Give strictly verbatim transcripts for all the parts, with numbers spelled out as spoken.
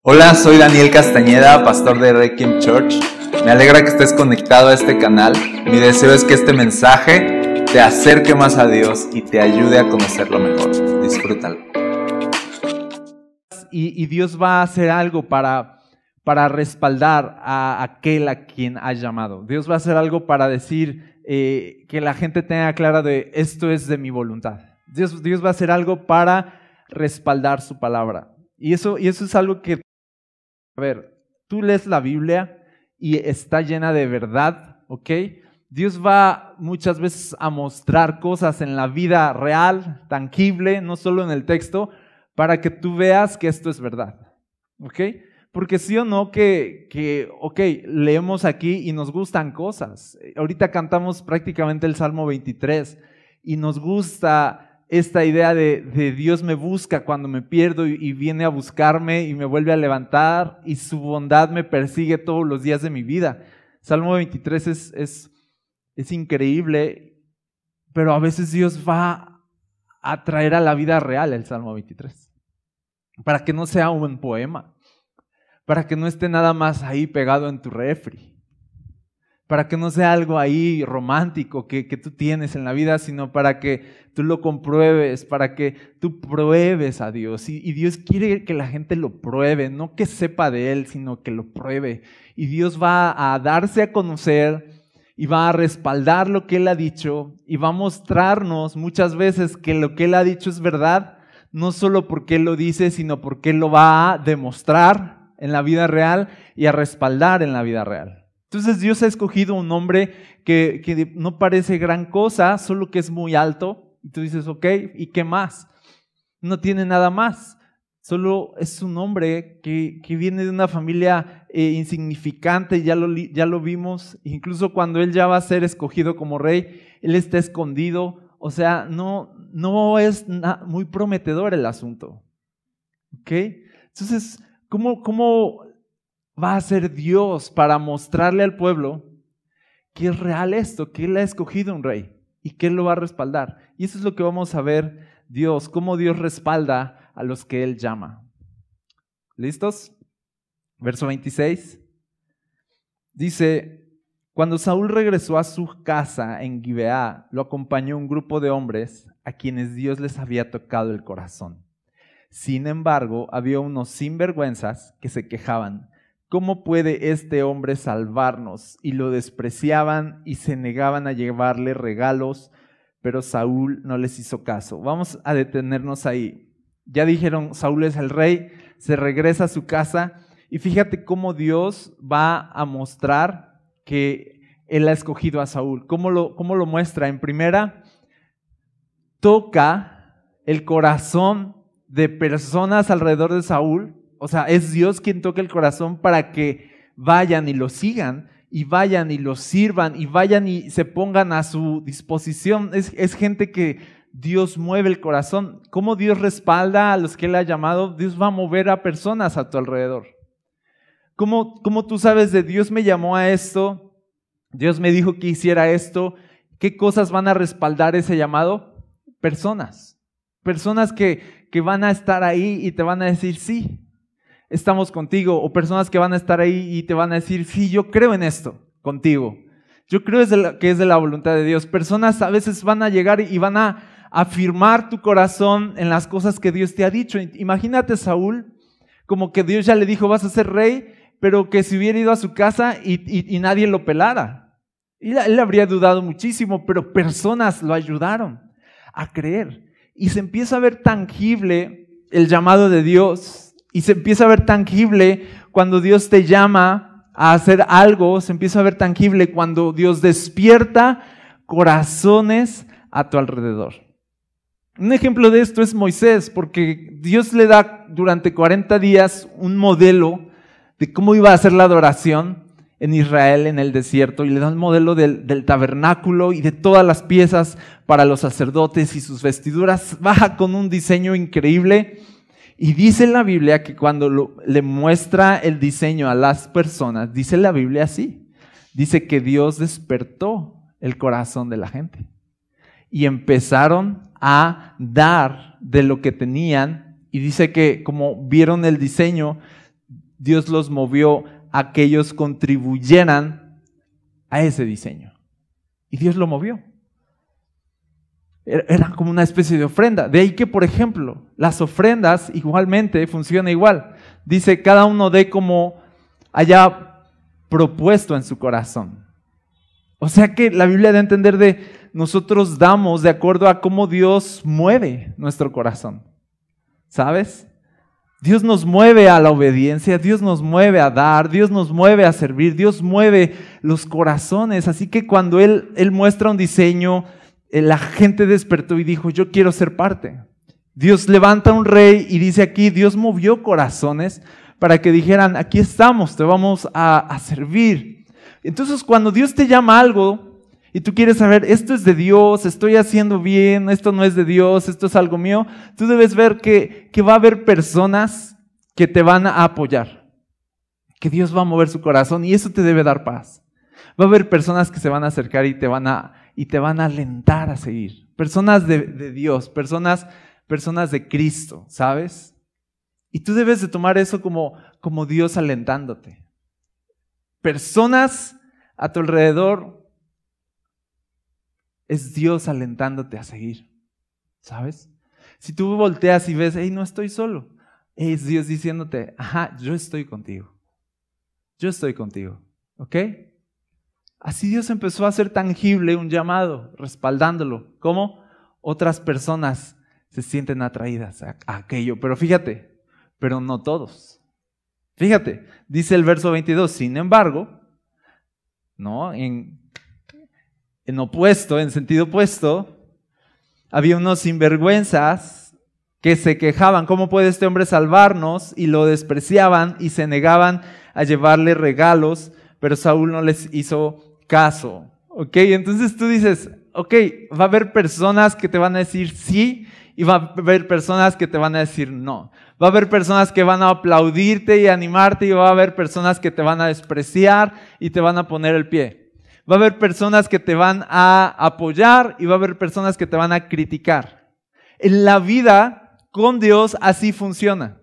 Hola, soy Daniel Castañeda, pastor de Requiem Church. Me alegra que estés conectado a este canal. Mi deseo es que este mensaje te acerque más a Dios y te ayude a conocerlo mejor. Disfrútalo. Y, y Dios va a hacer algo para, para respaldar a aquel a quien ha llamado. Dios va a hacer algo para decir eh, que la gente tenga clara de esto es de mi voluntad. Dios, Dios va a hacer algo para respaldar su palabra. Y eso, y eso es algo que, a ver, tú lees la Biblia y está llena de verdad, ¿ok? Dios va muchas veces a mostrar cosas en la vida real, tangible, no solo en el texto, para que tú veas que esto es verdad, ¿ok? Porque sí o no que, que, ok, leemos aquí y nos gustan cosas. Ahorita cantamos prácticamente el Salmo veintitrés y nos gusta esta idea de, de Dios me busca cuando me pierdo y, y viene a buscarme y me vuelve a levantar y su bondad me persigue todos los días de mi vida. Salmo veintitrés es, es, es increíble, pero a veces Dios va a traer a la vida real el Salmo veintitrés, para que no sea un poema, para que no esté nada más ahí pegado en tu refri, para que no sea algo ahí romántico que, que tú tienes en la vida, sino para que tú lo compruebes, para que tú pruebes a Dios. Y, y Dios quiere que la gente lo pruebe, no que sepa de Él, sino que lo pruebe. Y Dios va a darse a conocer y va a respaldar lo que Él ha dicho y va a mostrarnos muchas veces que lo que Él ha dicho es verdad, no solo porque Él lo dice, sino porque Él lo va a demostrar en la vida real y a respaldar en la vida real. Entonces Dios ha escogido un hombre que, que no parece gran cosa, solo que es muy alto. Y tú dices, ok, ¿y qué más? No tiene nada más. Solo es un hombre que, que viene de una familia eh, insignificante, ya lo, ya lo vimos. Incluso cuando él ya va a ser escogido como rey, él está escondido. O sea, no, no es na, muy prometedor el asunto. ¿Ok? Entonces, ¿cómo, cómo va a ser Dios para mostrarle al pueblo que es real esto, que Él ha escogido un rey y que Él lo va a respaldar? Y eso es lo que vamos a ver Dios, cómo Dios respalda a los que Él llama. ¿Listos? Verso veintiséis. Dice, cuando Saúl regresó a su casa en Gibeá, lo acompañó un grupo de hombres a quienes Dios les había tocado el corazón. Sin embargo, había unos sinvergüenzas que se quejaban. ¿Cómo puede este hombre salvarnos? Y lo despreciaban y se negaban a llevarle regalos, pero Saúl no les hizo caso. Vamos a detenernos ahí. Ya dijeron, Saúl es el rey, se regresa a su casa y fíjate cómo Dios va a mostrar que Él ha escogido a Saúl. ¿Cómo lo, cómo lo muestra? En primera, toca el corazón de personas alrededor de Saúl. O sea, es Dios quien toca el corazón para que vayan y lo sigan, y vayan y lo sirvan, y vayan y se pongan a su disposición. Es, es gente que Dios mueve el corazón. ¿Cómo Dios respalda a los que Él ha llamado? Dios va a mover a personas a tu alrededor. ¿Cómo, cómo tú sabes de Dios me llamó a esto? Dios me dijo que hiciera esto. ¿Qué cosas van a respaldar ese llamado? Personas. Personas que, que van a estar ahí y te van a decir sí. Estamos contigo, o personas que van a estar ahí y te van a decir, sí, yo creo en esto contigo. Yo creo que es de la voluntad de Dios. Personas a veces van a llegar y van a afirmar tu corazón en las cosas que Dios te ha dicho. Imagínate Saúl, como que Dios ya le dijo, vas a ser rey, pero que se hubiera ido a su casa y, y, y nadie lo pelara. Y él habría dudado muchísimo, pero personas lo ayudaron a creer. Y se empieza a ver tangible el llamado de Dios. Y se empieza a ver tangible cuando Dios te llama a hacer algo, se empieza a ver tangible cuando Dios despierta corazones a tu alrededor. Un ejemplo de esto es Moisés, porque Dios le da durante cuarenta días un modelo de cómo iba a ser la adoración en Israel, en el desierto, y le da un modelo del, del tabernáculo y de todas las piezas para los sacerdotes y sus vestiduras. Baja con un diseño increíble. Y dice la Biblia que cuando lo, le muestra el diseño a las personas, dice la Biblia así, dice que Dios despertó el corazón de la gente y empezaron a dar de lo que tenían, y dice que como vieron el diseño, Dios los movió a que ellos contribuyeran a ese diseño. Y Dios lo movió. Era como una especie de ofrenda. De ahí que, por ejemplo, las ofrendas igualmente funcionan igual. Dice, cada uno dé como haya propuesto en su corazón. O sea que la Biblia da a entender de nosotros damos de acuerdo a cómo Dios mueve nuestro corazón. ¿Sabes? Dios nos mueve a la obediencia, Dios nos mueve a dar, Dios nos mueve a servir, Dios mueve los corazones. Así que cuando Él, Él muestra un diseño, la gente despertó y dijo, yo quiero ser parte. Dios levanta un rey y dice aquí, Dios movió corazones para que dijeran, aquí estamos, te vamos a, a servir. Entonces cuando Dios te llama a algo y tú quieres saber, esto es de Dios, estoy haciendo bien, esto no es de Dios, esto es algo mío, tú debes ver que, que va a haber personas que te van a apoyar, que Dios va a mover su corazón y eso te debe dar paz. Va a haber personas que se van a acercar y te van a, y te van a alentar a seguir. Personas de, de Dios, personas, personas de Cristo, ¿sabes? Y tú debes de tomar eso como, como Dios alentándote. Personas a tu alrededor es Dios alentándote a seguir, ¿sabes? Si tú volteas y ves, hey, no estoy solo, es Dios diciéndote, ajá, yo estoy contigo. Yo estoy contigo, ¿ok? Así Dios empezó a hacer tangible un llamado, respaldándolo. ¿Cómo? Otras personas se sienten atraídas a, a aquello. Pero fíjate, pero no todos. Fíjate, dice el verso veintidós, sin embargo, ¿no? En, en opuesto, en sentido opuesto, había unos sinvergüenzas que se quejaban, ¿cómo puede este hombre salvarnos? Y lo despreciaban y se negaban a llevarle regalos, pero Saúl no les hizo caso, ¿ok? Entonces tú dices, ok, va a haber personas que te van a decir sí y va a haber personas que te van a decir no. Va a haber personas que van a aplaudirte y animarte y va a haber personas que te van a despreciar y te van a poner el pie. Va a haber personas que te van a apoyar y va a haber personas que te van a criticar. En la vida con Dios así funciona.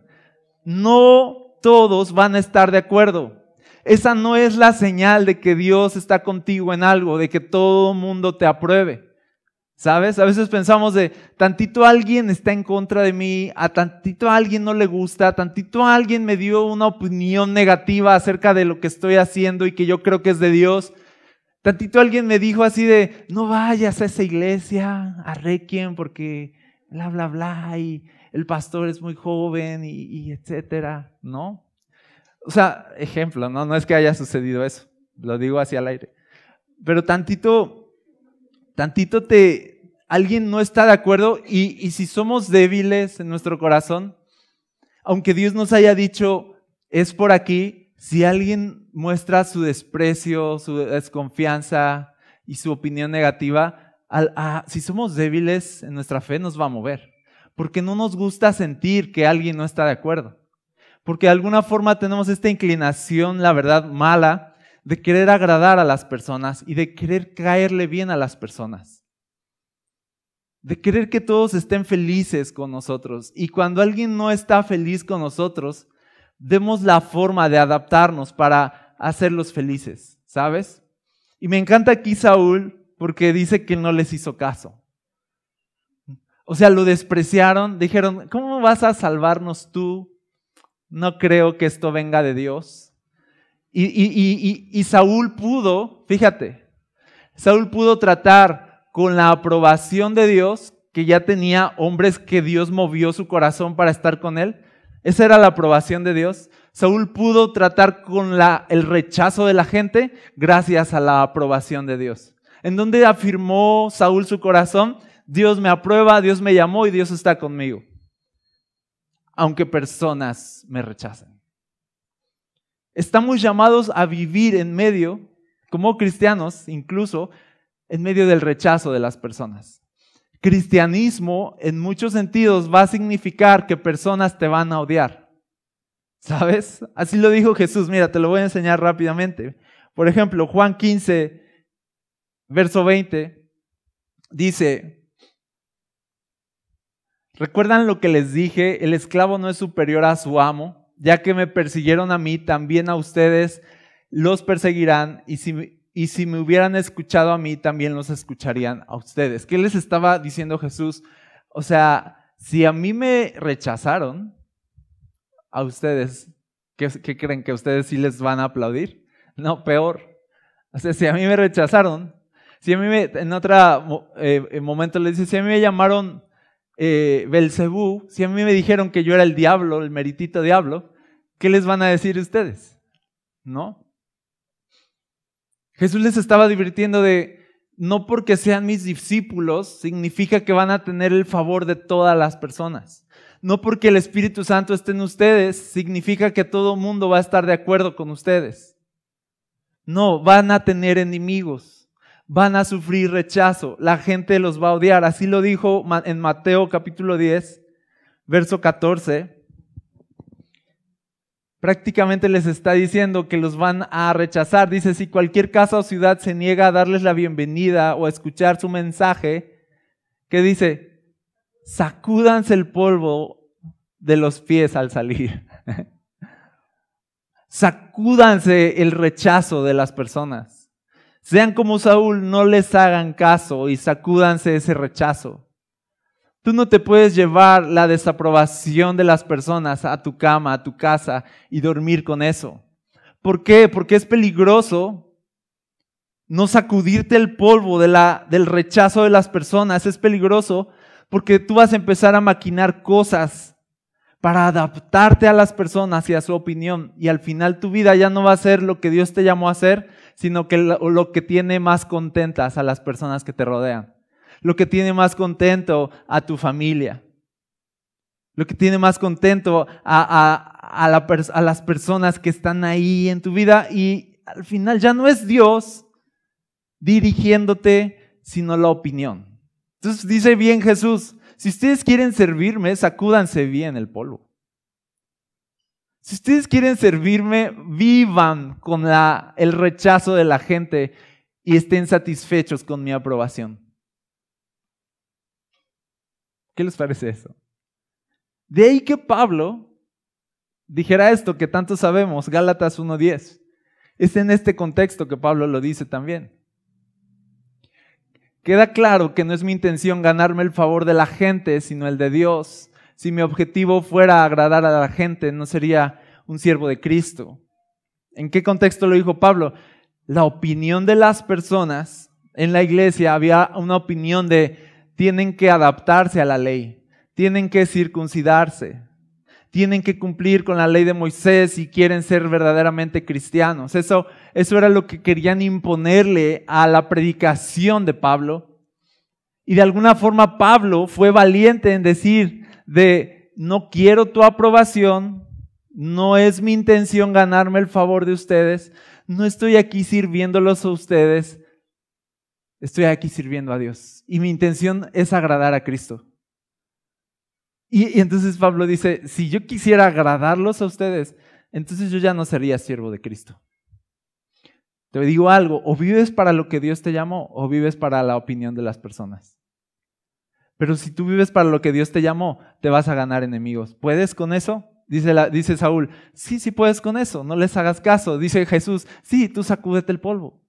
No todos van a estar de acuerdo. Esa no es la señal de que Dios está contigo en algo, de que todo mundo te apruebe. ¿Sabes? A veces pensamos de, tantito alguien está en contra de mí, a tantito a alguien no le gusta, tantito a alguien me dio una opinión negativa acerca de lo que estoy haciendo y que yo creo que es de Dios. Tantito alguien me dijo así de, no vayas a esa iglesia, a Requiem, porque bla, bla, bla, y el pastor es muy joven y, y etcétera, ¿no? O sea, ejemplo, ¿no? No es que haya sucedido eso, lo digo así al aire. Pero tantito, tantito te, alguien no está de acuerdo y, y si somos débiles en nuestro corazón, aunque Dios nos haya dicho, es por aquí, si alguien muestra su desprecio, su desconfianza y su opinión negativa, al, a, si somos débiles en nuestra fe nos va a mover, porque no nos gusta sentir que alguien no está de acuerdo. Porque de alguna forma tenemos esta inclinación, la verdad, mala, de querer agradar a las personas y de querer caerle bien a las personas. De querer que todos estén felices con nosotros. Y cuando alguien no está feliz con nosotros, demos la forma de adaptarnos para hacerlos felices, ¿sabes? Y me encanta aquí Saúl porque dice que no les hizo caso. O sea, lo despreciaron, dijeron, ¿cómo vas a salvarnos tú? No creo que esto venga de Dios. Y, y, y, y Saúl pudo, fíjate, Saúl pudo tratar con la aprobación de Dios, que ya tenía hombres que Dios movió su corazón para estar con él. Esa era la aprobación de Dios. Saúl pudo tratar con la, el rechazo de la gente gracias a la aprobación de Dios. En donde afirmó Saúl su corazón, Dios me aprueba, Dios me llamó y Dios está conmigo. Aunque personas me rechacen. Estamos llamados a vivir en medio, como cristianos, incluso en medio del rechazo de las personas. Cristianismo, en muchos sentidos, va a significar que personas te van a odiar. ¿Sabes? Así lo dijo Jesús. Mira, te lo voy a enseñar rápidamente. Por ejemplo, Juan quince, verso veinte, dice... ¿Recuerdan lo que les dije? El esclavo no es superior a su amo. ya que me persiguieron a mí, también a ustedes los perseguirán, y si, y si me hubieran escuchado a mí, también los escucharían a ustedes. ¿Qué les estaba diciendo Jesús? O sea, si a mí me rechazaron, a ustedes, ¿qué, qué creen? ¿Que a ustedes sí les van a aplaudir? No, peor. O sea, si a mí me rechazaron, si a mí me, en otro eh, momento les dice, si a mí me llamaron eh, Belcebú, si a mí me dijeron que yo era el diablo, el meritito diablo, ¿qué les van a decir ustedes? ¿No? Jesús les estaba divirtiendo de, no porque sean mis discípulos, significa que van a tener el favor de todas las personas. No porque el Espíritu Santo esté en ustedes, significa que todo el mundo va a estar de acuerdo con ustedes. No, van a tener enemigos, van a sufrir rechazo, la gente los va a odiar. Así lo dijo en Mateo capítulo diez, verso catorce. Prácticamente les está diciendo que los van a rechazar. Dice, si cualquier casa o ciudad se niega a darles la bienvenida o a escuchar su mensaje, ¿qué dice? Sacúdanse el polvo de los pies al salir. Sacúdanse el rechazo de las personas. Sean como Saúl, no les hagan caso y sacúdanse ese rechazo. Tú no te puedes llevar la desaprobación de las personas a tu cama, a tu casa y dormir con eso. ¿Por qué? Porque es peligroso no sacudirte el polvo de la, del rechazo de las personas. Es peligroso porque tú vas a empezar a maquinar cosas para adaptarte a las personas y a su opinión. Y al final tu vida ya no va a ser lo que Dios te llamó a hacer, sino que lo, lo que tiene más contentas a las personas que te rodean. Lo que tiene más contento a tu familia. Lo que tiene más contento a, a, a, la, a las personas que están ahí en tu vida. Y al final ya no es Dios dirigiéndote, sino la opinión. Entonces dice bien Jesús, si ustedes quieren servirme, sacúdanse bien el polvo. Si ustedes quieren servirme, vivan con la, el rechazo de la gente y estén satisfechos con mi aprobación. ¿Qué les parece eso? De ahí que Pablo dijera esto que tanto sabemos, Gálatas uno diez. Es en este contexto que Pablo lo dice también. Queda claro que no es mi intención ganarme el favor de la gente, sino el de Dios. Si mi objetivo fuera agradar a la gente, no sería un siervo de Cristo. ¿En qué contexto lo dijo Pablo? La opinión de las personas en la iglesia, había una opinión de tienen que adaptarse a la ley, tienen que circuncidarse, tienen que cumplir con la ley de Moisés si quieren ser verdaderamente cristianos. Eso, eso era lo que querían imponerle a la predicación de Pablo. Y de alguna forma Pablo fue valiente en decir de no quiero tu aprobación, no es mi intención ganarme el favor de ustedes, no estoy aquí sirviéndolos a ustedes, estoy aquí sirviendo a Dios. Y mi intención es agradar a Cristo. Y, y entonces Pablo dice, si yo quisiera agradarlos a ustedes, entonces yo ya no sería siervo de Cristo. Te digo algo, o vives para lo que Dios te llamó, o vives para la opinión de las personas. Pero si tú vives para lo que Dios te llamó, te vas a ganar enemigos. ¿Puedes con eso? Dice, la, dice Saúl, sí, sí puedes con eso, no les hagas caso. Dice Jesús, sí, tú sacúdete el polvo.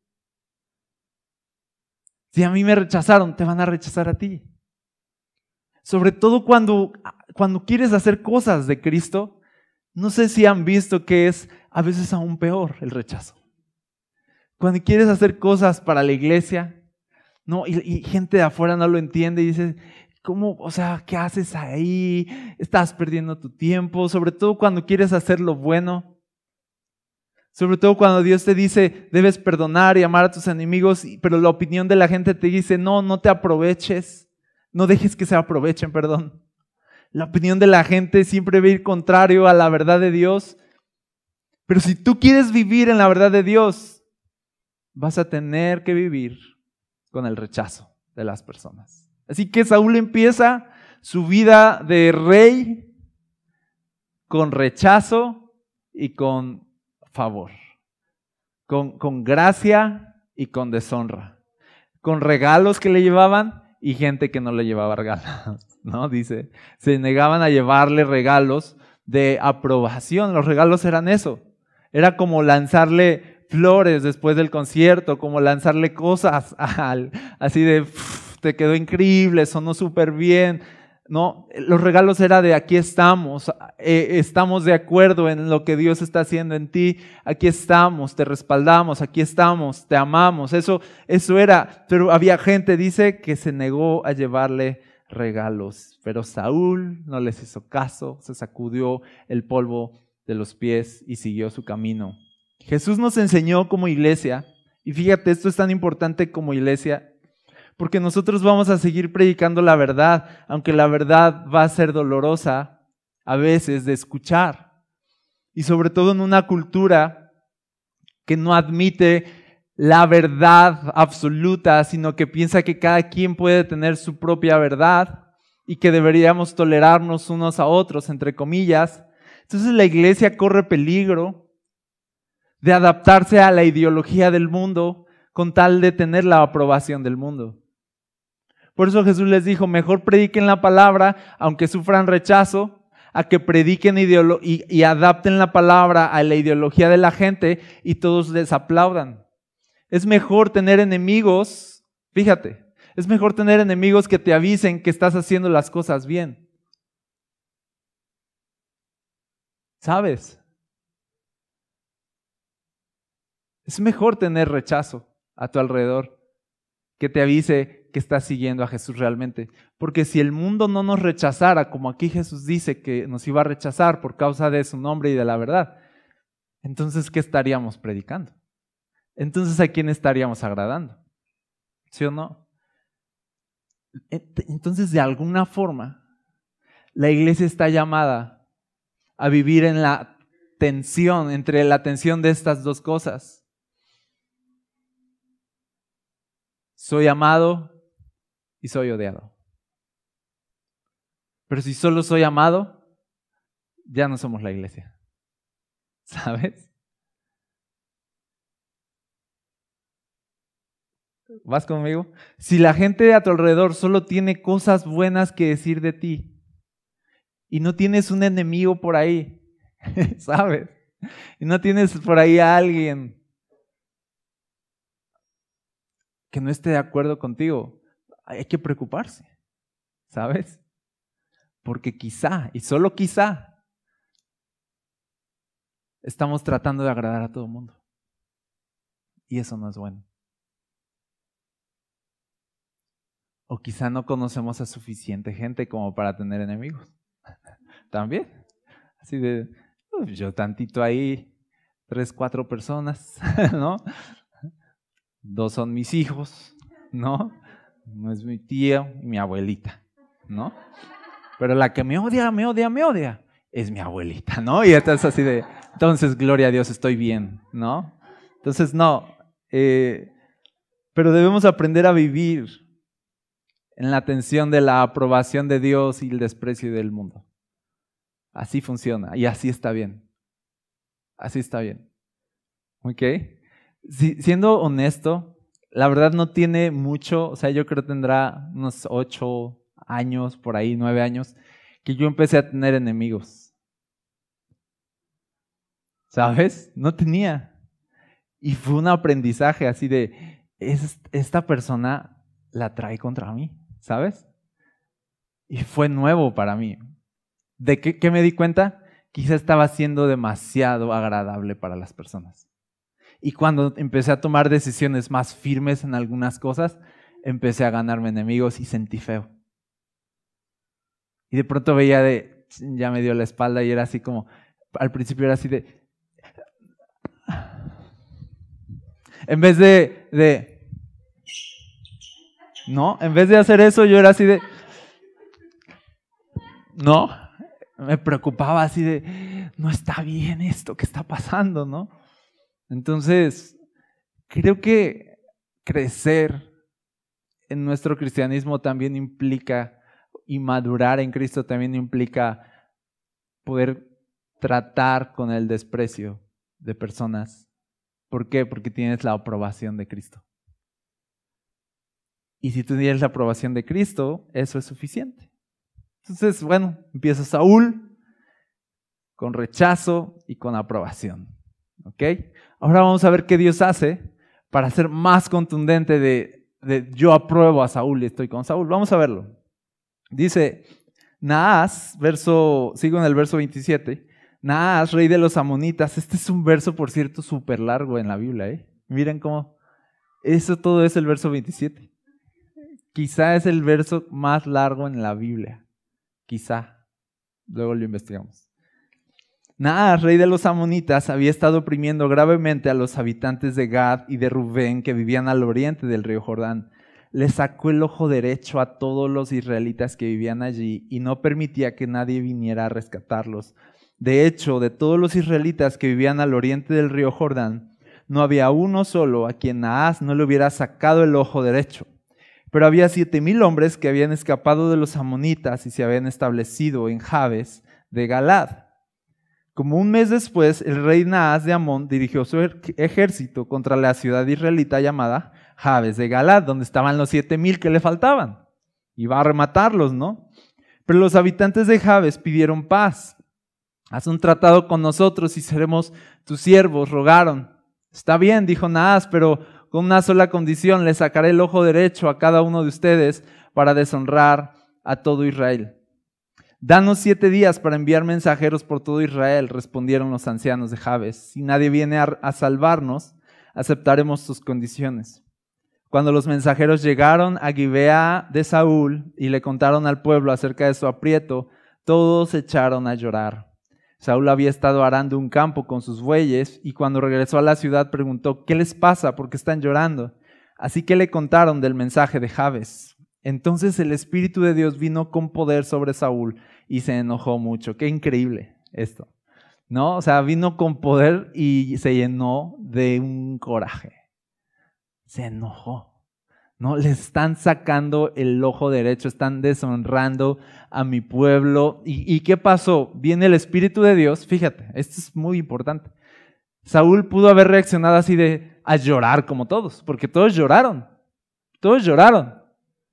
Si a mí me rechazaron, te van a rechazar a ti. Sobre todo cuando, cuando quieres hacer cosas de Cristo, no sé si han visto que es a veces aún peor el rechazo. Cuando quieres hacer cosas para la iglesia, no, y, y gente de afuera no lo entiende y dice, ¿cómo? O sea, ¿qué haces ahí? Estás perdiendo tu tiempo, sobre todo cuando quieres hacer lo bueno. Sobre todo cuando Dios te dice, debes perdonar y amar a tus enemigos, pero la opinión de la gente te dice, no, no te aproveches. No dejes que se aprovechen, perdón. La opinión de la gente siempre va a ir contrario a la verdad de Dios. Pero si tú quieres vivir en la verdad de Dios, vas a tener que vivir con el rechazo de las personas. Así que Saúl empieza su vida de rey con rechazo y con favor. Con, con gracia y con deshonra. Con regalos que le llevaban y gente que no le llevaba regalos, ¿no? Dice, se negaban a llevarle regalos de aprobación. Los regalos eran eso. Era como lanzarle flores después del concierto, como lanzarle cosas al, así de, te quedó increíble, sonó súper bien. No, los regalos era de aquí estamos, eh, estamos de acuerdo en lo que Dios está haciendo en ti, aquí estamos, te respaldamos, aquí estamos, te amamos. Eso, eso era, pero había gente, dice, que se negó a llevarle regalos, pero Saúl no les hizo caso, se sacudió el polvo de los pies y siguió su camino. Jesús nos enseñó como iglesia, y fíjate, esto es tan importante como iglesia, porque nosotros vamos a seguir predicando la verdad, aunque la verdad va a ser dolorosa a veces de escuchar. Y sobre todo en una cultura que no admite la verdad absoluta, sino que piensa que cada quien puede tener su propia verdad y que deberíamos tolerarnos unos a otros, entre comillas. Entonces la iglesia corre peligro de adaptarse a la ideología del mundo con tal de tener la aprobación del mundo. Por eso Jesús les dijo, mejor prediquen la palabra, aunque sufran rechazo, a que prediquen ideolo- y, y adapten la palabra a la ideología de la gente y todos les aplaudan. Es mejor tener enemigos, fíjate, es mejor tener enemigos que te avisen que estás haciendo las cosas bien. ¿Sabes? Es mejor tener rechazo a tu alrededor que te avise que estás siguiendo a Jesús realmente. Porque si el mundo no nos rechazara, como aquí Jesús dice que nos iba a rechazar por causa de su nombre y de la verdad, entonces ¿qué estaríamos predicando? Entonces ¿a quién estaríamos agradando? ¿Sí o no? Entonces de alguna forma la iglesia está llamada a vivir en la tensión, entre la tensión de estas dos cosas. Soy amado y soy odiado. Pero si solo soy amado, ya no somos la iglesia. ¿Sabes? ¿Vas conmigo? Si la gente a tu alrededor solo tiene cosas buenas que decir de ti y no tienes un enemigo por ahí, ¿sabes? Y no tienes por ahí a alguien que no esté de acuerdo contigo, hay que preocuparse, ¿sabes? Porque quizá, y solo quizá, estamos tratando de agradar a todo el mundo. Y eso no es bueno. O quizá no conocemos a suficiente gente como para tener enemigos. También. Así de, yo tantito ahí, tres, cuatro personas, ¿no? Dos son mis hijos, ¿no? No es mi tía y mi abuelita, ¿no? Pero la que me odia, me odia, me odia, es mi abuelita, ¿no? Y entonces así de, entonces, gloria a Dios, estoy bien, ¿no? Entonces, no. Eh, pero debemos aprender a vivir en la tensión de la aprobación de Dios y el desprecio del mundo. Así funciona y así está bien. Así está bien. ¿Ok? Si, siendo honesto, la verdad no tiene mucho, o sea, yo creo que tendrá unos ocho años, por ahí, nueve años, que yo empecé a tener enemigos. ¿Sabes? No tenía. Y fue un aprendizaje así de, es, esta persona la trae contra mí, ¿sabes? Y fue nuevo para mí. ¿De qué, qué me di cuenta? Quizá estaba siendo demasiado agradable para las personas. Y cuando empecé a tomar decisiones más firmes en algunas cosas, empecé a ganarme enemigos y sentí feo. Y de pronto veía de, ya me dio la espalda y era así como, al principio era así de, en vez de, de, no, en vez de hacer eso yo era así de, no, me preocupaba así de, no está bien esto que está pasando, ¿no? Entonces, creo que crecer en nuestro cristianismo también implica, y madurar en Cristo también implica poder tratar con el desprecio de personas. ¿Por qué? Porque tienes la aprobación de Cristo. Y si tú tienes la aprobación de Cristo, eso es suficiente. Entonces, bueno, empieza Saúl, con rechazo y con aprobación. ¿Ok? Ahora vamos a ver qué Dios hace para ser más contundente de, de yo apruebo a Saúl y estoy con Saúl. Vamos a verlo. Dice Naas, verso, sigo en el verso veintisiete. Naas, rey de los amonitas. Este es un verso, por cierto, súper largo en la Biblia. ¿eh? Miren cómo, eso todo es el verso veintisiete. Quizá es el verso más largo en la Biblia. Quizá. Luego lo investigamos. Naas, rey de los amonitas, había estado oprimiendo gravemente a los habitantes de Gad y de Rubén que vivían al oriente del río Jordán. Les sacó el ojo derecho a todos los israelitas que vivían allí y no permitía que nadie viniera a rescatarlos. De hecho, de todos los israelitas que vivían al oriente del río Jordán, no había uno solo a quien Naas no le hubiera sacado el ojo derecho. Pero había siete mil hombres que habían escapado de los amonitas y se habían establecido en Jabes de Galad. Como un mes después, el rey Naas de Amón dirigió su ejército contra la ciudad israelita llamada Jabes de Galad, donde estaban los siete mil que le faltaban. Iba a rematarlos, ¿no? Pero los habitantes de Jabes pidieron paz. Haz un tratado con nosotros y seremos tus siervos, rogaron. Está bien, dijo Naas, pero con una sola condición: le sacaré el ojo derecho a cada uno de ustedes para deshonrar a todo Israel. Danos siete días para enviar mensajeros por todo Israel, respondieron los ancianos de Jabes. Si nadie viene a, a salvarnos, aceptaremos tus condiciones. Cuando los mensajeros llegaron a Gibea de Saúl y le contaron al pueblo acerca de su aprieto, todos se echaron a llorar. Saúl había estado arando un campo con sus bueyes y cuando regresó a la ciudad preguntó: ¿qué les pasa? ¿Por qué están llorando? Así que le contaron del mensaje de Jabes. Entonces el Espíritu de Dios vino con poder sobre Saúl y se enojó mucho. Qué increíble esto, ¿no? O sea, vino con poder y se llenó de un coraje. Se enojó, ¿no? Le están sacando el ojo derecho, están deshonrando a mi pueblo. ¿Y, y qué pasó? Viene el Espíritu de Dios. Fíjate, esto es muy importante. Saúl pudo haber reaccionado así de a llorar como todos, porque todos lloraron. Todos lloraron.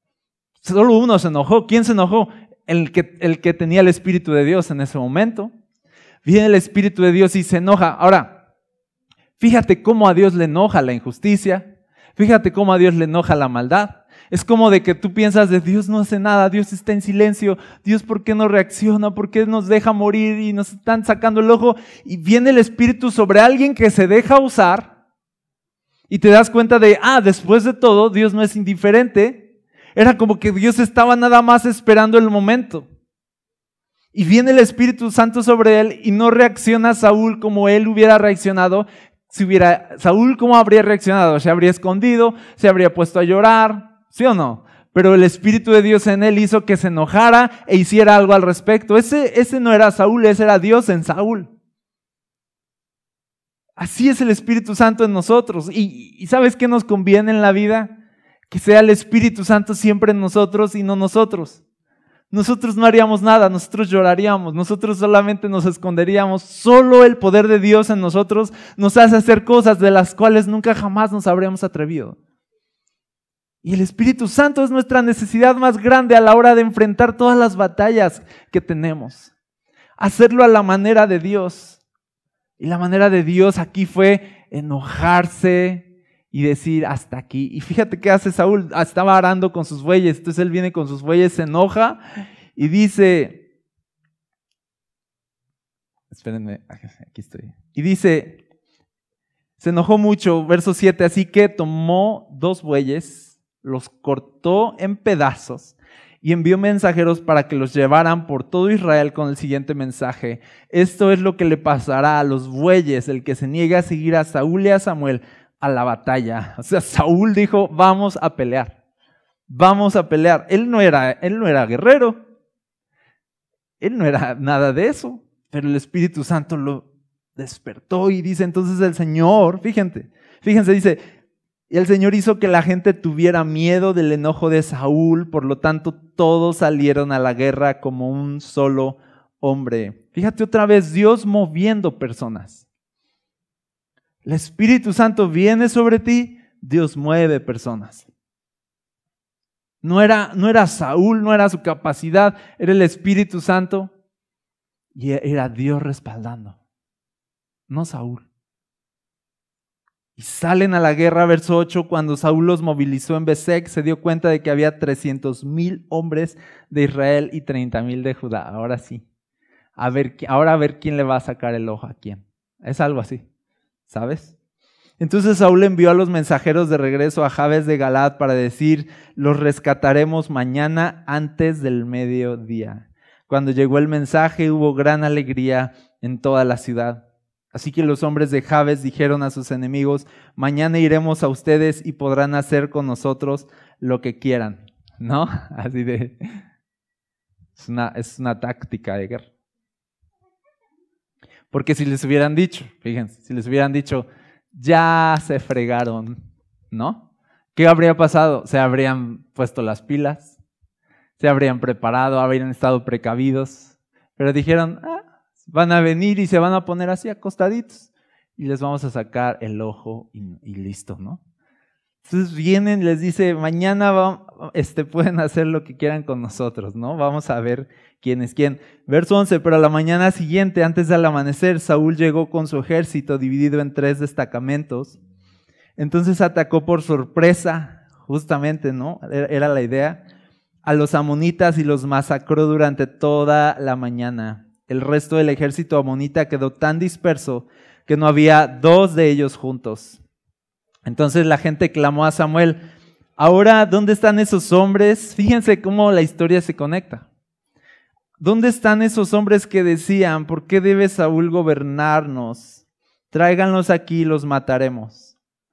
Solo uno se enojó. ¿Quién se enojó? El que, el que tenía el Espíritu de Dios en ese momento. Viene el Espíritu de Dios y se enoja. Ahora, fíjate cómo a Dios le enoja la injusticia. Fíjate cómo a Dios le enoja la maldad. Es como de que tú piensas de Dios no hace nada, Dios está en silencio. Dios, ¿por qué no reacciona? ¿Por qué nos deja morir y nos están sacando el ojo? Y viene el Espíritu sobre alguien que se deja usar y te das cuenta de, ah, después de todo, Dios no es indiferente. Era como que Dios estaba nada más esperando el momento. Y viene el Espíritu Santo sobre él y no reacciona Saúl como él hubiera reaccionado. Si hubiera, Saúl, ¿cómo habría reaccionado? Se habría escondido, se habría puesto a llorar, ¿sí o no? Pero el Espíritu de Dios en él hizo que se enojara e hiciera algo al respecto. Ese, ese no era Saúl, ese era Dios en Saúl. Así es el Espíritu Santo en nosotros. ¿Y, y sabes qué nos conviene en la vida? Que sea el Espíritu Santo siempre en nosotros y no nosotros. Nosotros no haríamos nada, nosotros lloraríamos, nosotros solamente nos esconderíamos. Solo el poder de Dios en nosotros nos hace hacer cosas de las cuales nunca jamás nos habríamos atrevido. Y el Espíritu Santo es nuestra necesidad más grande a la hora de enfrentar todas las batallas que tenemos. Hacerlo a la manera de Dios. Y la manera de Dios aquí fue enojarse y decir hasta aquí. Y fíjate qué hace Saúl. Estaba arando con sus bueyes. Entonces él viene con sus bueyes, se enoja y dice, espérenme, aquí estoy. Y dice, se enojó mucho, verso siete, así que tomó dos bueyes, los cortó en pedazos y envió mensajeros para que los llevaran por todo Israel con el siguiente mensaje: esto es lo que le pasará a los bueyes, el que se niega a seguir a Saúl y a Samuel a la batalla. O sea, Saúl dijo, vamos a pelear, vamos a pelear. Él no era, él no era guerrero, él no era nada de eso, pero el Espíritu Santo lo despertó y dice entonces el Señor, fíjense, fíjense, dice, y el Señor hizo que la gente tuviera miedo del enojo de Saúl, por lo tanto todos salieron a la guerra como un solo hombre. Fíjate otra vez, Dios moviendo personas. El Espíritu Santo viene sobre ti, Dios mueve personas. No era, no era Saúl, no era su capacidad, era el Espíritu Santo. Y era Dios respaldando, no Saúl. Y salen a la guerra, verso ocho, cuando Saúl los movilizó en Bezec, se dio cuenta de que había trescientos mil hombres de Israel y treinta mil de Judá. Ahora sí, a ver, ahora a ver quién le va a sacar el ojo a quién. Es algo así, ¿sabes? Entonces Saúl envió a los mensajeros de regreso a Jabes de Galaad para decir, los rescataremos mañana antes del mediodía. Cuando llegó el mensaje hubo gran alegría en toda la ciudad. Así que los hombres de Jabes dijeron a sus enemigos, mañana iremos a ustedes y podrán hacer con nosotros lo que quieran. ¿No? Así de... Es una, es una táctica de guerra. Porque si les hubieran dicho, fíjense, si les hubieran dicho, ya se fregaron, ¿no? ¿Qué habría pasado? Se habrían puesto las pilas, se habrían preparado, habrían estado precavidos, pero dijeron, ah, van a venir y se van a poner así acostaditos y les vamos a sacar el ojo y, y listo, ¿no? Entonces vienen, les dice, mañana va, este, pueden hacer lo que quieran con nosotros, ¿no? Vamos a ver quién es quién. Verso once, pero a la mañana siguiente, antes del amanecer, Saúl llegó con su ejército dividido en tres destacamentos. Entonces atacó por sorpresa, justamente, ¿no? Era la idea, a los amonitas y los masacró durante toda la mañana. El resto del ejército amonita quedó tan disperso que no había dos de ellos juntos. Entonces la gente clamó a Samuel, ahora, ¿dónde están esos hombres? Fíjense cómo la historia se conecta. ¿Dónde están esos hombres que decían, ¿por qué debe Saúl gobernarnos? Tráiganlos aquí y los mataremos.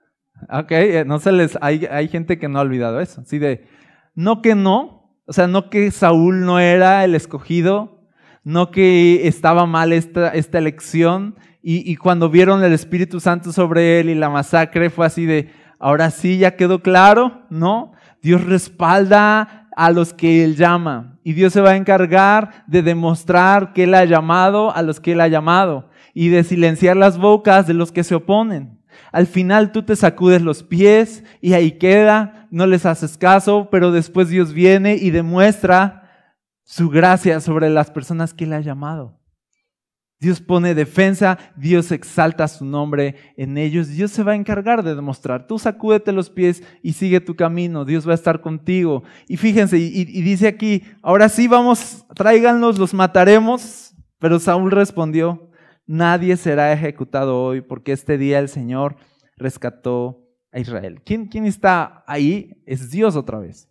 Ok, no se les, hay, hay gente que no ha olvidado eso. Así de, no que no, o sea, no que Saúl no era el escogido, no que estaba mal esta, esta elección, y, y cuando vieron el Espíritu Santo sobre él y la masacre fue así de, ahora sí ya quedó claro, ¿no? Dios respalda a los que Él llama y Dios se va a encargar de demostrar que Él ha llamado a los que Él ha llamado y de silenciar las bocas de los que se oponen. Al final tú te sacudes los pies y ahí queda, no les haces caso, pero después Dios viene y demuestra su gracia sobre las personas que Él ha llamado. Dios pone defensa, Dios exalta su nombre en ellos. Dios se va a encargar de demostrar. Tú sacúdete los pies y sigue tu camino. Dios va a estar contigo. Y fíjense, y, y dice aquí, ahora sí vamos, tráiganlos, los mataremos. Pero Saúl respondió, nadie será ejecutado hoy porque este día el Señor rescató a Israel. ¿Quién, quién está ahí? Es Dios otra vez.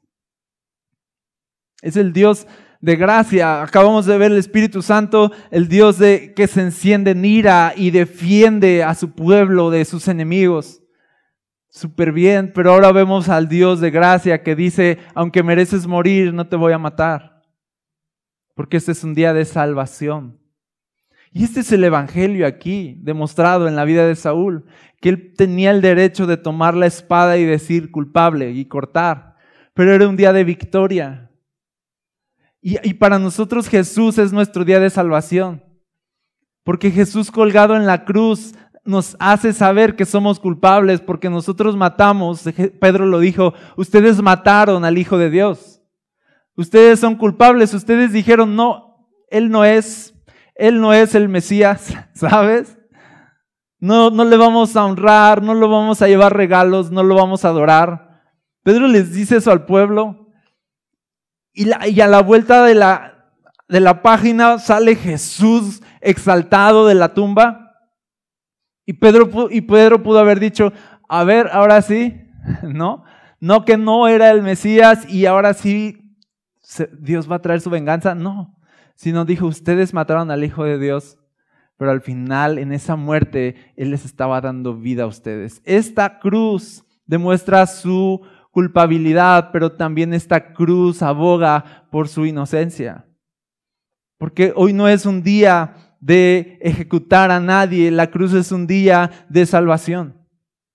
Es el Dios de gracia. Acabamos de ver el Espíritu Santo, el Dios de, que se enciende en ira y defiende a su pueblo de sus enemigos. Súper bien, pero ahora vemos al Dios de gracia que dice, aunque mereces morir, no te voy a matar. Porque este es un día de salvación. Y este es el evangelio aquí, demostrado en la vida de Saúl, que él tenía el derecho de tomar la espada y decir culpable y cortar, pero era un día de victoria. Y, y para nosotros Jesús es nuestro día de salvación, porque Jesús colgado en la cruz nos hace saber que somos culpables porque nosotros matamos. Pedro lo dijo, ustedes mataron al Hijo de Dios. Ustedes son culpables, ustedes dijeron, no, Él no es, Él no es el Mesías, ¿sabes? No, no le vamos a honrar, no lo vamos a llevar regalos, no lo vamos a adorar. Pedro les dice eso al pueblo. Y, la, y a la vuelta de la, de la página sale Jesús exaltado de la tumba. Y Pedro, y Pedro pudo haber dicho, a ver, ahora sí, ¿no? No que no era el Mesías y ahora sí se, Dios va a traer su venganza. No, sino dijo, ustedes mataron al Hijo de Dios, pero al final en esa muerte Él les estaba dando vida a ustedes. Esta cruz demuestra su culpabilidad, pero también esta cruz aboga por su inocencia. Porque hoy no es un día de ejecutar a nadie, la cruz es un día de salvación.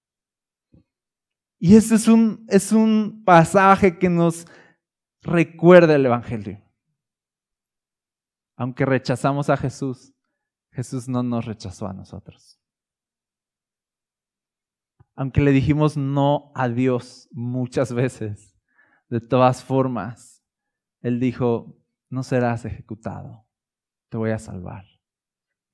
Y este es un, es un pasaje que nos recuerda el evangelio. Aunque rechazamos a Jesús, Jesús no nos rechazó a nosotros. Aunque le dijimos no a Dios muchas veces, de todas formas, Él dijo, no serás ejecutado, te voy a salvar.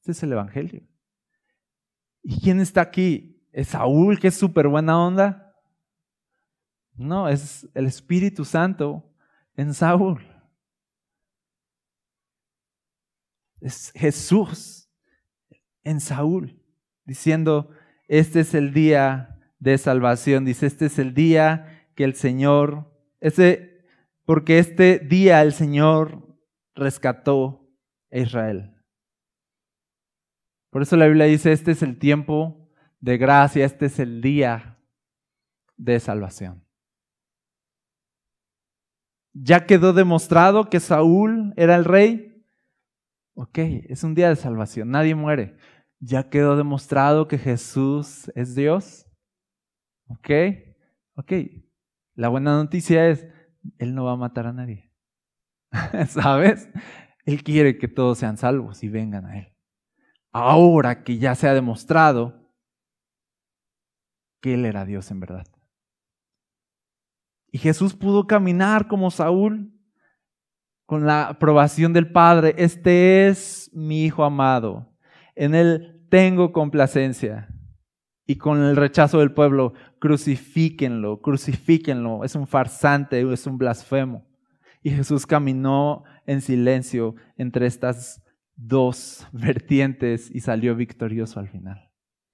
Este es el Evangelio. ¿Y quién está aquí? ¿Es Saúl, que es súper buena onda? No, es el Espíritu Santo en Saúl. Es Jesús en Saúl, diciendo, este es el día de salvación. Dice, este es el día que el Señor, este, porque este día el Señor rescató a Israel. Por eso la Biblia dice, este es el tiempo de gracia, este es el día de salvación. Ya quedó demostrado que Saúl era el rey. Ok, es un día de salvación, nadie muere. Ya quedó demostrado que Jesús es Dios. Ok, ok. La buena noticia es, Él no va a matar a nadie. ¿Sabes? Él quiere que todos sean salvos y vengan a Él. Ahora que ya se ha demostrado que Él era Dios en verdad. Y Jesús pudo caminar como Saúl con la aprobación del Padre. Este es mi Hijo amado. En Él tengo complacencia. Y con el rechazo del pueblo, crucifíquenlo, crucifíquenlo. Es un farsante, es un blasfemo. Y Jesús caminó en silencio entre estas dos vertientes y salió victorioso al final.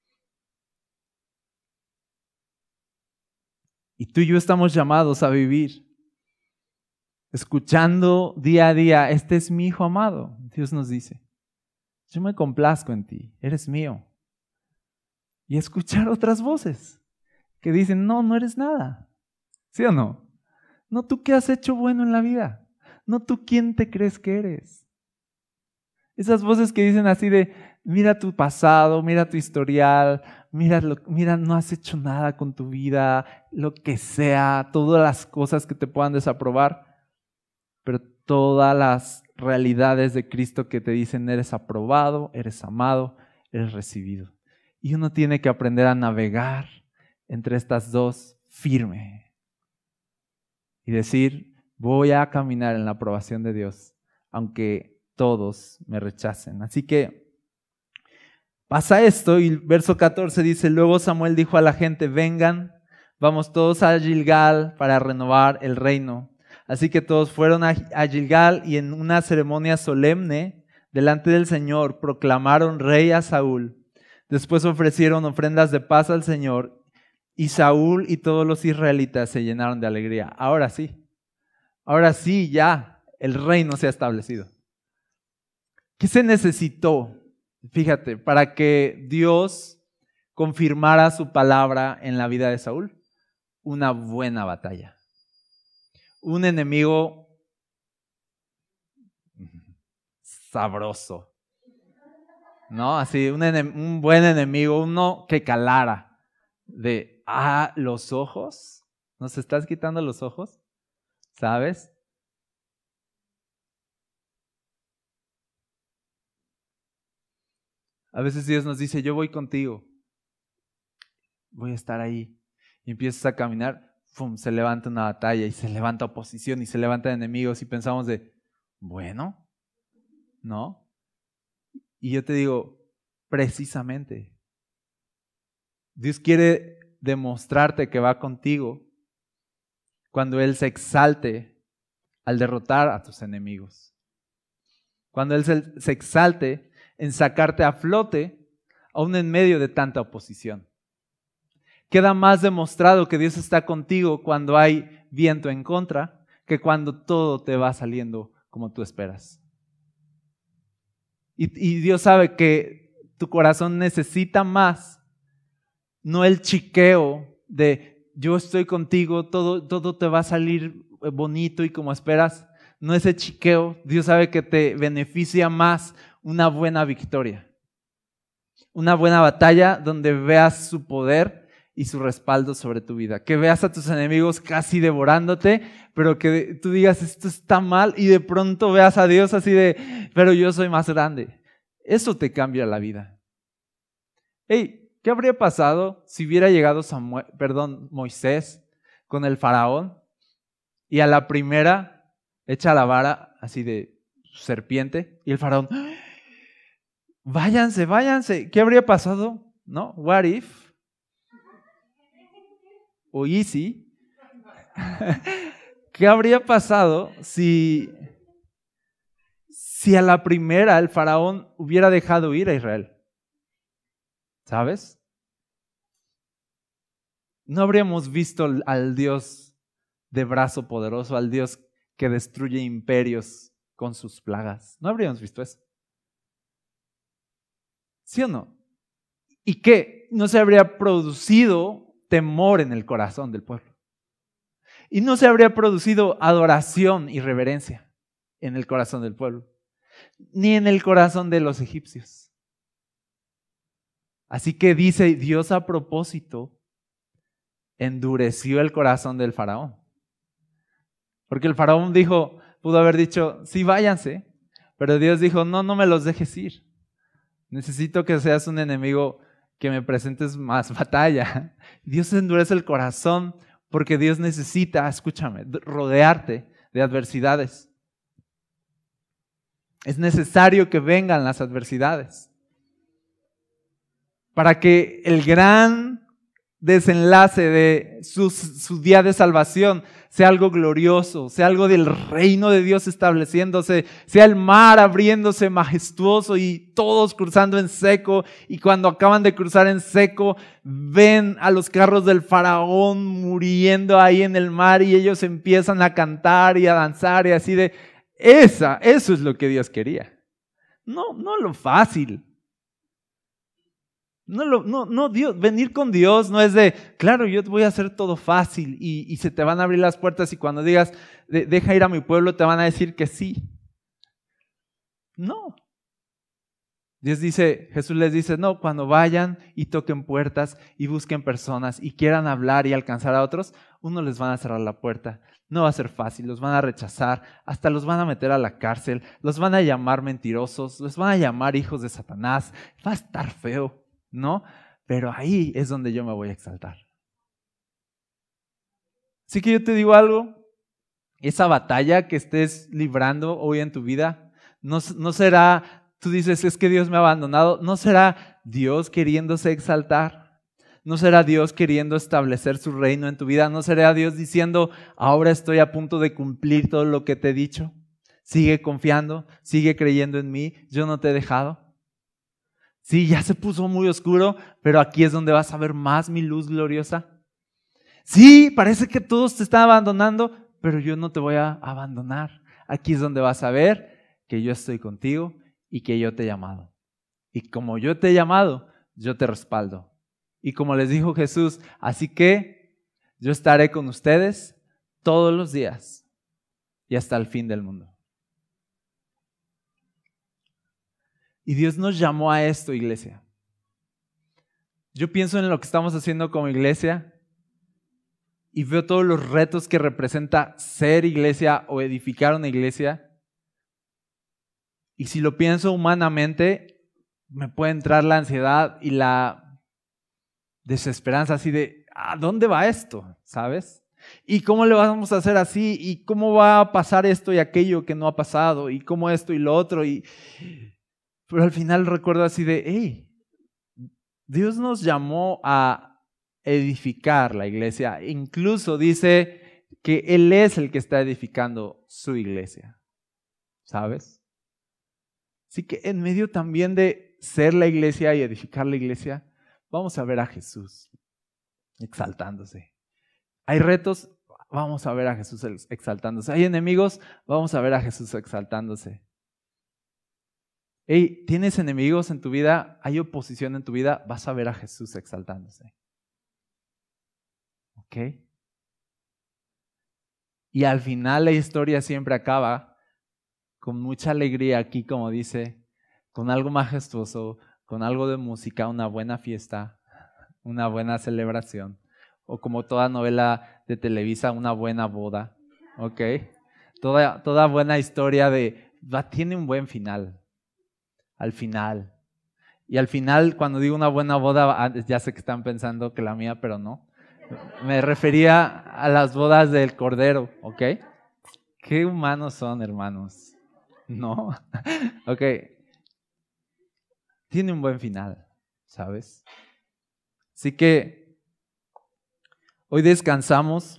Y tú y yo estamos llamados a vivir escuchando día a día, este es mi Hijo amado. Dios nos dice, yo me complazco en ti, eres mío. Y escuchar otras voces que dicen, no, no eres nada. ¿Sí o no? No tú qué has hecho bueno en la vida. No tú quién te crees que eres. Esas voces que dicen así de, mira tu pasado, mira tu historial, mira, lo, mira, no has hecho nada con tu vida, lo que sea, todas las cosas que te puedan desaprobar, pero todas las realidades de Cristo que te dicen, eres aprobado, eres amado, eres recibido. Y uno tiene que aprender a navegar entre estas dos firme y decir, voy a caminar en la aprobación de Dios, aunque todos me rechacen. Así que pasa esto y el verso catorce dice, luego Samuel dijo a la gente, vengan, vamos todos a Gilgal para renovar el reino. Así que todos fueron a Gilgal y en una ceremonia solemne delante del Señor proclamaron rey a Saúl. Después ofrecieron ofrendas de paz al Señor y Saúl y todos los israelitas se llenaron de alegría. Ahora sí, ahora sí ya el reino se ha establecido. ¿Qué se necesitó? Fíjate, para que Dios confirmara su palabra en la vida de Saúl. Una buena batalla. Un enemigo sabroso. ¿No? Así, un, enem- un buen enemigo, uno que calara. De, ah, los ojos. ¿Nos estás quitando los ojos? ¿Sabes? A veces Dios nos dice, yo voy contigo. Voy a estar ahí. Y empiezas a caminar, ¡fum!, se levanta una batalla y se levanta oposición y se levantan enemigos y pensamos de, bueno, ¿no? Y yo te digo, precisamente, Dios quiere demostrarte que va contigo cuando Él se exalte al derrotar a tus enemigos. Cuando Él se, se exalte en sacarte a flote aún en medio de tanta oposición. Queda más demostrado que Dios está contigo cuando hay viento en contra que cuando todo te va saliendo como tú esperas. Y, y Dios sabe que tu corazón necesita más, no el chiqueo de yo estoy contigo, todo, todo te va a salir bonito y como esperas. No ese chiqueo. Dios sabe que te beneficia más una buena victoria. Una buena batalla donde veas su poder y su respaldo sobre tu vida. Que veas a tus enemigos casi devorándote, pero que tú digas, esto está mal, y de pronto veas a Dios así de, pero yo soy más grande. Eso te cambia la vida. Hey, ¿qué habría pasado si hubiera llegado Samuel, perdón, Moisés con el faraón y a la primera echa la vara así de serpiente y el faraón, váyanse, váyanse. ¿Qué habría pasado? ¿No? What if? O easy. ¿Qué habría pasado si, si a la primera el faraón hubiera dejado ir a Israel? ¿Sabes? No habríamos visto al Dios de brazo poderoso, al Dios que destruye imperios con sus plagas. No habríamos visto eso. ¿Sí o no? ¿Y qué? No se habría producido temor en el corazón del pueblo. Y no se habría producido adoración y reverencia en el corazón del pueblo, ni en el corazón de los egipcios. Así que dice Dios a propósito, endureció el corazón del faraón. Porque el faraón dijo, pudo haber dicho, sí, váyanse, pero Dios dijo, no, no me los dejes ir. Necesito que seas un enemigo que me presentes más batalla. Dios endurece el corazón porque Dios necesita, escúchame, rodearte de adversidades. Es necesario que vengan las adversidades para que el gran desenlace de su, su día de salvación sea algo glorioso, sea algo del reino de Dios estableciéndose, sea el mar abriéndose majestuoso y todos cruzando en seco, y cuando acaban de cruzar en seco ven a los carros del faraón muriendo ahí en el mar y ellos empiezan a cantar y a danzar y así de esa, eso es lo que Dios quería. No, no lo fácil. No, no, no, Dios, venir con Dios no es de, claro, yo te voy a hacer todo fácil y, y se te van a abrir las puertas y cuando digas, de, deja ir a mi pueblo, te van a decir que sí. No. Dios dice, Jesús les dice, no, cuando vayan y toquen puertas y busquen personas y quieran hablar y alcanzar a otros, uno les van a cerrar la puerta. No va a ser fácil, los van a rechazar, hasta los van a meter a la cárcel, los van a llamar mentirosos, los van a llamar hijos de Satanás, va a estar feo. ¿No? Pero ahí es donde yo me voy a exaltar. Así que yo te digo algo, esa batalla que estés librando hoy en tu vida, no, no será, tú dices, es que Dios me ha abandonado, no será Dios queriéndose exaltar, no será Dios queriendo establecer su reino en tu vida, no será Dios diciendo, ahora estoy a punto de cumplir todo lo que te he dicho, sigue confiando, sigue creyendo en mí, yo no te he dejado. Sí, ya se puso muy oscuro, pero aquí es donde vas a ver más mi luz gloriosa. Sí, parece que todos te están abandonando, pero yo no te voy a abandonar. Aquí es donde vas a ver que yo estoy contigo y que yo te he llamado. Y como yo te he llamado, yo te respaldo. Y como les dijo Jesús, así que yo estaré con ustedes todos los días y hasta el fin del mundo. Y Dios nos llamó a esto, iglesia. Yo pienso en lo que estamos haciendo como iglesia y veo todos los retos que representa ser iglesia o edificar una iglesia. Y si lo pienso humanamente, me puede entrar la ansiedad y la desesperanza así de, ¿a dónde va esto? ¿Sabes? ¿Y cómo le vamos a hacer así? ¿Y cómo va a pasar esto y aquello que no ha pasado? ¿Y cómo esto y lo otro? Y... Pero al final recuerdo así de, hey, Dios nos llamó a edificar la iglesia. Incluso dice que Él es el que está edificando su iglesia. ¿Sabes? Así que en medio también de ser la iglesia y edificar la iglesia, vamos a ver a Jesús exaltándose. Hay retos, vamos a ver a Jesús exaltándose. Hay enemigos, vamos a ver a Jesús exaltándose. Hey, ¿tienes enemigos en tu vida? ¿Hay oposición en tu vida? Vas a ver a Jesús exaltándose. ¿Ok? Y al final la historia siempre acaba con mucha alegría aquí, como dice, con algo majestuoso, con algo de música, una buena fiesta, una buena celebración. O como toda novela de Televisa, una buena boda. ¿Ok? Toda, toda buena historia de, va, tiene un buen final. Al final. Y al final, cuando digo una buena boda, ya sé que están pensando que la mía, pero no. Me refería a las bodas del Cordero, ¿ok? Qué humanos son, hermanos. No. Ok. tiene un buen final, ¿sabes? Así que hoy descansamos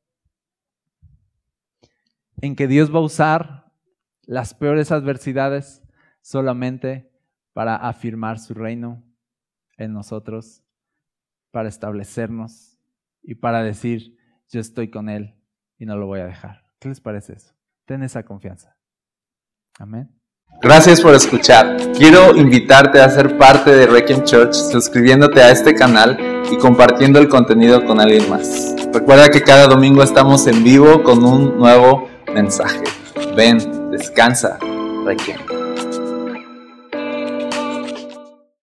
en que Dios va a usar las peores adversidades solamente para afirmar su reino en nosotros, para establecernos y para decir, yo estoy con Él y no lo voy a dejar. ¿Qué les parece eso? Ten esa confianza. Amén. Gracias por escuchar. Quiero invitarte a ser parte de Requiem Church suscribiéndote a este canal y compartiendo el contenido con alguien más. Recuerda que cada domingo estamos en vivo con un nuevo mensaje. Ven, descansa, Requiem.